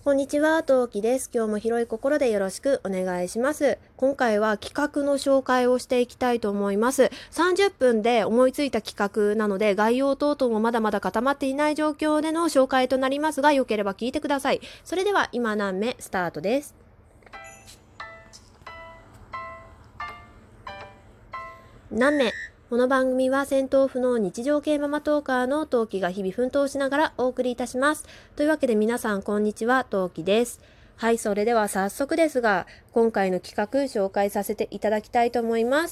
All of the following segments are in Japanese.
こんにちは、トウキです。今日も広い心でよろしくお願いします。今回は企画の紹介をしていきたいと思います。30分で思いついた企画なので、概要等々もまだまだ固まっていない状況での紹介となりますが、よければ聞いてください。それでは今何目スタートです。何目。この番組は戦闘不能日常系ママトーカーのトウキが日々奮闘しながらお送りいたします。というわけで皆さんこんにちは、トウキです。はい、それでは早速ですが、今回の企画紹介させていただきたいと思います。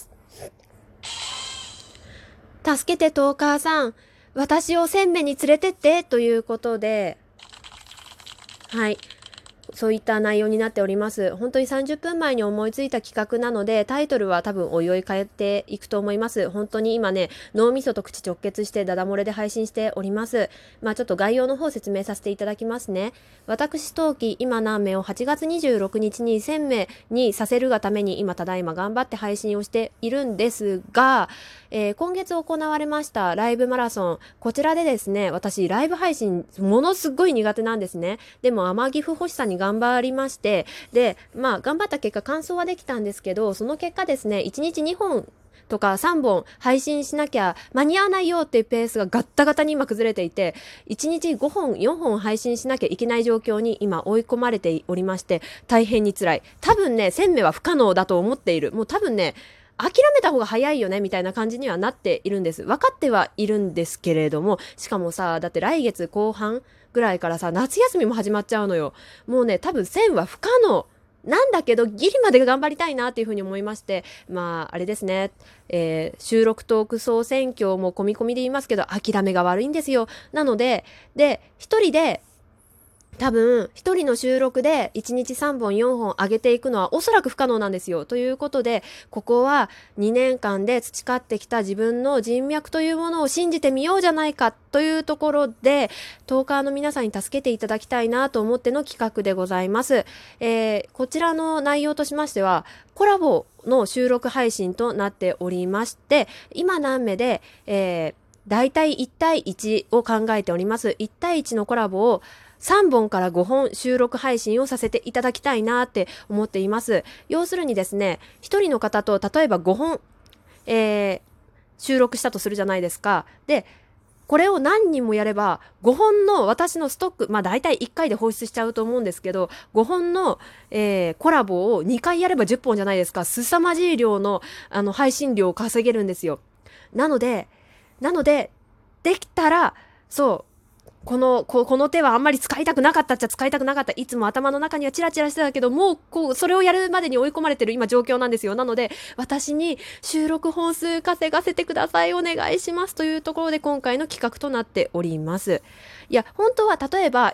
助けてトーカーさん、私を鮮明に連れてってということで、はい。そういった内容になっております。本当に30分前に思いついた企画なので、タイトルは多分おいおい変えていくと思います。本当に今ね、脳みそと口直結してダダ漏れで配信しております。ちょっと概要の方説明させていただきますね。私、陶器、今何名を8月26日に1000名にさせるがために今ただいま頑張って配信をしているんですが、今月行われましたライブマラソン、こちらでですね、私ライブ配信ものすごい苦手なんですね。でも天城府星さんに頑張りまして、で、頑張った結果完走はできたんですけど、その結果ですね、1日2本とか3本配信しなきゃ間に合わないよっていうペースがガッタガタに今崩れていて、1日5本4本配信しなきゃいけない状況に今追い込まれておりまして、大変に辛い。多分ね、1000名は不可能だと思っている。もう多分ね、諦めた方が早いよねみたいな感じにはなっているんです。分かってはいるんですけれども、しかもさ、だって来月後半ぐらいからさ、夏休みも始まっちゃうのよ。もうね、多分1000は不可能なんだけど、ギリまで頑張りたいなっていうふうに思いまして、あれですね、収録トーク総選挙も込み込みで言いますけど、諦めが悪いんですよ。なので、一人で多分一人の収録で1日3本4本上げていくのはおそらく不可能なんですよ。ということで、ここは2年間で培ってきた自分の人脈というものを信じてみようじゃないかというところで、トーカーの皆さんに助けていただきたいなと思っての企画でございます。こちらの内容としましては、コラボの収録配信となっておりまして、今何目で、だいたい1対1を考えております。1対1のコラボを3本から5本収録配信をさせていただきたいなって思っています。要するにですね、1人の方と例えば5本、収録したとするじゃないですか。で、これを何人もやれば5本の私のストック、大体1回で放出しちゃうと思うんですけど、5本の、コラボを2回やれば10本じゃないですか。凄まじい量の、配信量を稼げるんですよ。なので、できたら、そう、この手はあんまり使いたくなかったっちゃ使いたくなかった。いつも頭の中にはチラチラしてたけど、もうそれをやるまでに追い込まれてる今状況なんですよ。なので、私に収録本数稼がせてください。お願いします。というところで今回の企画となっております。いや、本当は例えば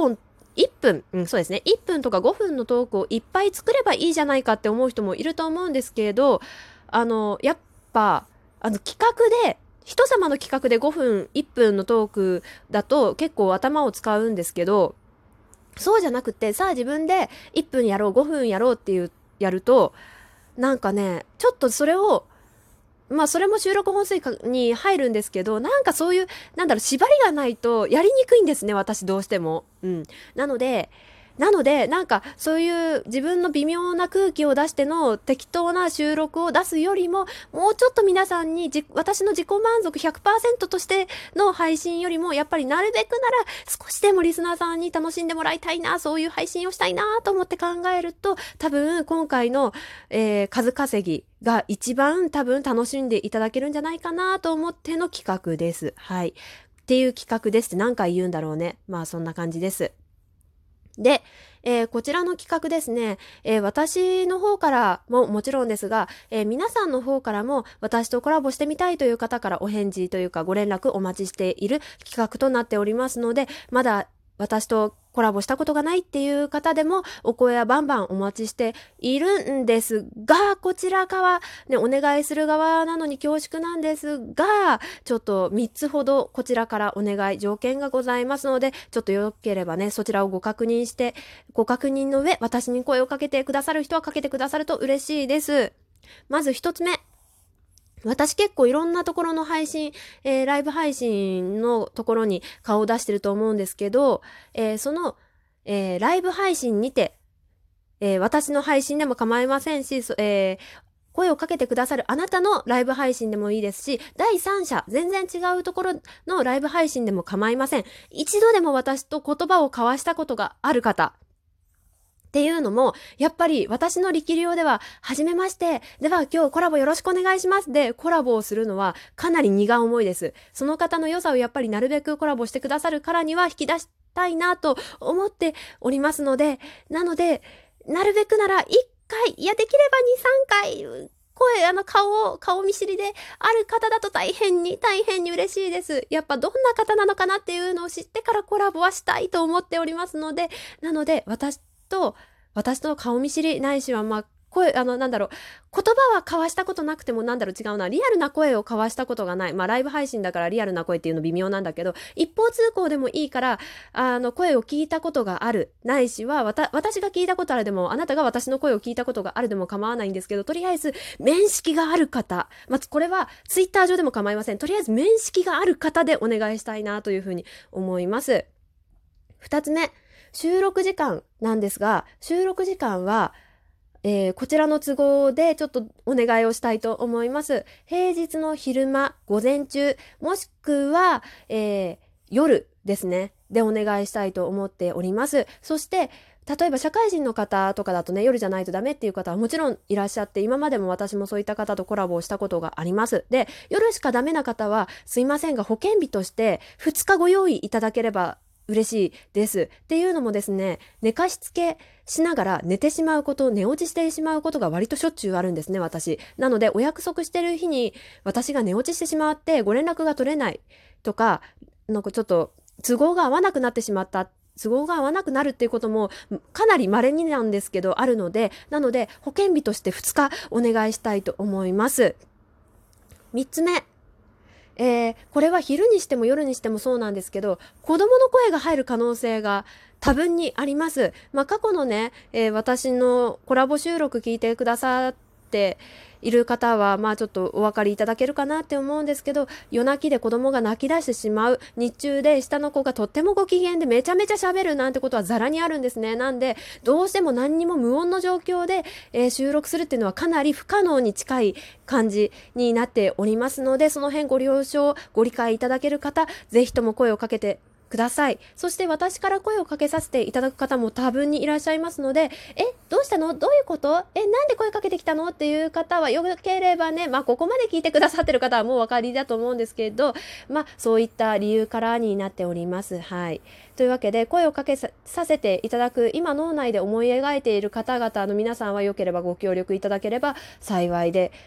1分、そうですね。1分とか5分のトークをいっぱい作ればいいじゃないかって思う人もいると思うんですけれど、やっぱ、企画で人様の企画で5分、1分のトークだと結構頭を使うんですけど、そうじゃなくて、さあ自分で1分やろう、5分やろうってやると、なんかね、ちょっとそれを、それも収録本数に入るんですけど、なんかそういう、縛りがないとやりにくいんですね、私どうしても。なので、なんかそういう自分の微妙な空気を出しての適当な収録を出すよりも、もうちょっと皆さんに私の自己満足100%としての配信よりも、やっぱりなるべくなら少しでもリスナーさんに楽しんでもらいたいな、そういう配信をしたいなと思って考えると、多分今回の、数稼ぎが一番多分楽しんでいただけるんじゃないかなと思っての企画です。はい。っていう企画ですって何回言うんだろうね。そんな感じです。で、こちらの企画ですね、私の方からももちろんですが、皆さんの方からも私とコラボしてみたいという方からお返事というかご連絡お待ちしている企画となっておりますので、まだ私とコラボしたことがないっていう方でもお声はバンバンお待ちしているんですが、こちら側、ね、お願いする側なのに恐縮なんですが、ちょっと3つほどこちらからお願い、条件がございますので、ちょっとよければね、そちらをご確認して、ご確認の上、私に声をかけてくださる人はかけてくださると嬉しいです。まず1つ目。私結構いろんなところの配信、ライブ配信のところに顔を出してると思うんですけど、そのライブ配信にて、私の配信でも構いませんし、声をかけてくださるあなたのライブ配信でもいいですし、第三者、全然違うところのライブ配信でも構いません。一度でも私と言葉を交わしたことがある方っていうのも、やっぱり私の力量では、はじめまして、では今日コラボよろしくお願いしますで、コラボをするのはかなり荷が重いです。その方の良さをやっぱりなるべくコラボしてくださるからには引き出したいなと思っておりますので、なので、なるべくなら1回、いやできれば2、3回、顔見知りである方だと大変に嬉しいです。やっぱどんな方なのかなっていうのを知ってからコラボはしたいと思っておりますので、なので私と顔見知りないしは、言葉は交わしたことなくても違うな。リアルな声を交わしたことがない。ライブ配信だからリアルな声っていうの微妙なんだけど、一方通行でもいいから、声を聞いたことがある。ないしは、私が聞いたことあるでも、あなたが私の声を聞いたことがあるでも構わないんですけど、とりあえず、面識がある方。これは、ツイッター上でも構いません。とりあえず、面識がある方でお願いしたいなというふうに思います。二つ目。収録時間なんですが、収録時間は、こちらの都合でちょっとお願いをしたいと思います。平日の昼間、午前中、もしくは、夜ですね。でお願いしたいと思っております。そして、例えば社会人の方とかだとね、夜じゃないとダメっていう方はもちろんいらっしゃって、今までも私もそういった方とコラボをしたことがあります。で、夜しかダメな方は、すいませんが保険日として2日ご用意いただければ嬉しいです。っていうのもですね、寝かしつけしながら寝てしまうこと、寝落ちしてしまうことが割としょっちゅうあるんですね、私。なので、お約束してる日に私が寝落ちしてしまってご連絡が取れないとか、ちょっと都合が合わなくなってしまった。都合が合わなくなるっていうこともかなり稀になんですけどあるので、なので保険日として2日お願いしたいと思います。3つ目。これは昼にしても夜にしてもそうなんですけど、子供の声が入る可能性が多分にあります。過去のね、私のコラボ収録聞いてくださっている方は、ちょっとお分かりいただけるかなって思うんですけど、夜泣きで子供が泣き出してしまう、日中で下の子がとってもご機嫌でめちゃめちゃ喋るなんてことはザラにあるんですね。なんで、どうしても何にも無音の状況で、収録するっていうのはかなり不可能に近い感じになっておりますので、その辺ご了承、ご理解いただける方、ぜひとも声をかけてください。そして私から声をかけさせていただく方も多分にいらっしゃいますので、どうしたの？どういうこと？なんで声かけてきたの？っていう方はよければね、ここまで聞いてくださってる方はもうお分かりだと思うんですけど、そういった理由からになっております。はい。というわけで、声をかけさせていただく、今脳内で思い描いている方々の皆さんはよければご協力いただければ幸いです。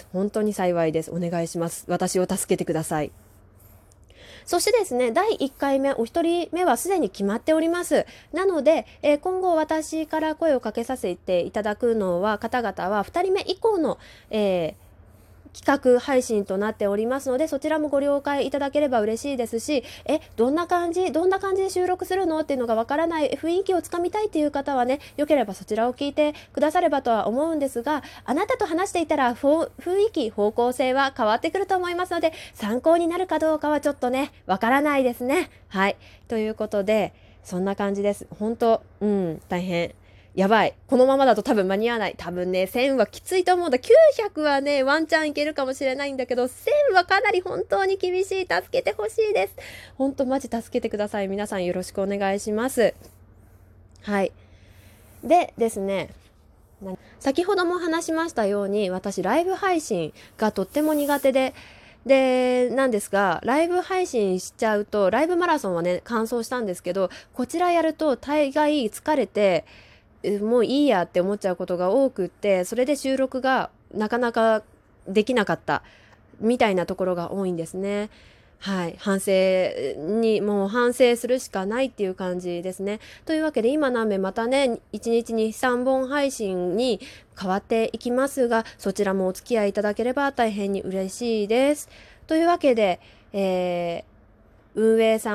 本当に幸いです。お願いします。私を助けてください。そしてですね、第1回目、お一人目はすでに決まっております。なので、今後私から声をかけさせていただくのは、方々は2人目以降の、企画配信となっておりますので、そちらもご了解いただければ嬉しいですし、どんな感じで収録するのっていうのがわからない、雰囲気をつかみたいっていう方はね、よければそちらを聞いてくださればとは思うんですが、あなたと話していたら雰囲気、方向性は変わってくると思いますので、参考になるかどうかはちょっとね、わからないですね。はい。ということで、そんな感じです。本当、大変。やばい。このままだと多分間に合わない。多分ね、1000はきついと思うんだ。900はね、ワンチャンいけるかもしれないんだけど、1000はかなり本当に厳しい。助けてほしいです。本当マジ助けてください。皆さんよろしくお願いします。はい。でですね、先ほども話しましたように、私ライブ配信がとっても苦手なんですが、ライブ配信しちゃうと、ライブマラソンはね、完走したんですけど、こちらやると大概疲れて、もういいやって思っちゃうことが多くって、それで収録がなかなかできなかったみたいなところが多いんですね。はい。もう反省するしかないっていう感じですね。というわけで今またね、1日に3本配信に変わっていきますが、そちらもお付き合いいただければ大変に嬉しいです。というわけで、運営さん、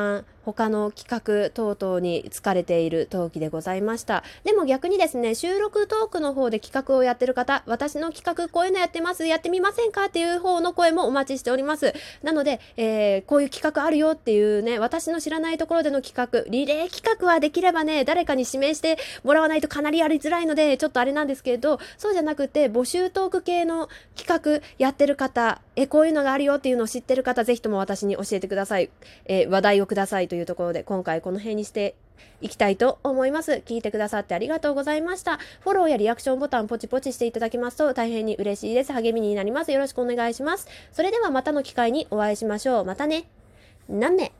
他の企画等々に疲れている陶器でございました。でも逆にですね、収録トークの方で企画をやってる方、私の企画こういうのやってます、やってみませんかっていう方の声もお待ちしております。なので、こういう企画あるよっていうね、私の知らないところでの企画、リレー企画はできればね、誰かに指名してもらわないとかなりやりづらいので、ちょっとあれなんですけれど、そうじゃなくて、募集トーク系の企画やってる方、こういうのがあるよっていうのを知ってる方、ぜひとも私に教えてください。話題をくださいというところで、今回この辺にしていきたいと思います。聞いてくださってありがとうございました。フォローやリアクションボタンポチポチしていただきますと大変に嬉しいです。励みになります。よろしくお願いします。それではまたの機会にお会いしましょう。またね。なんめ。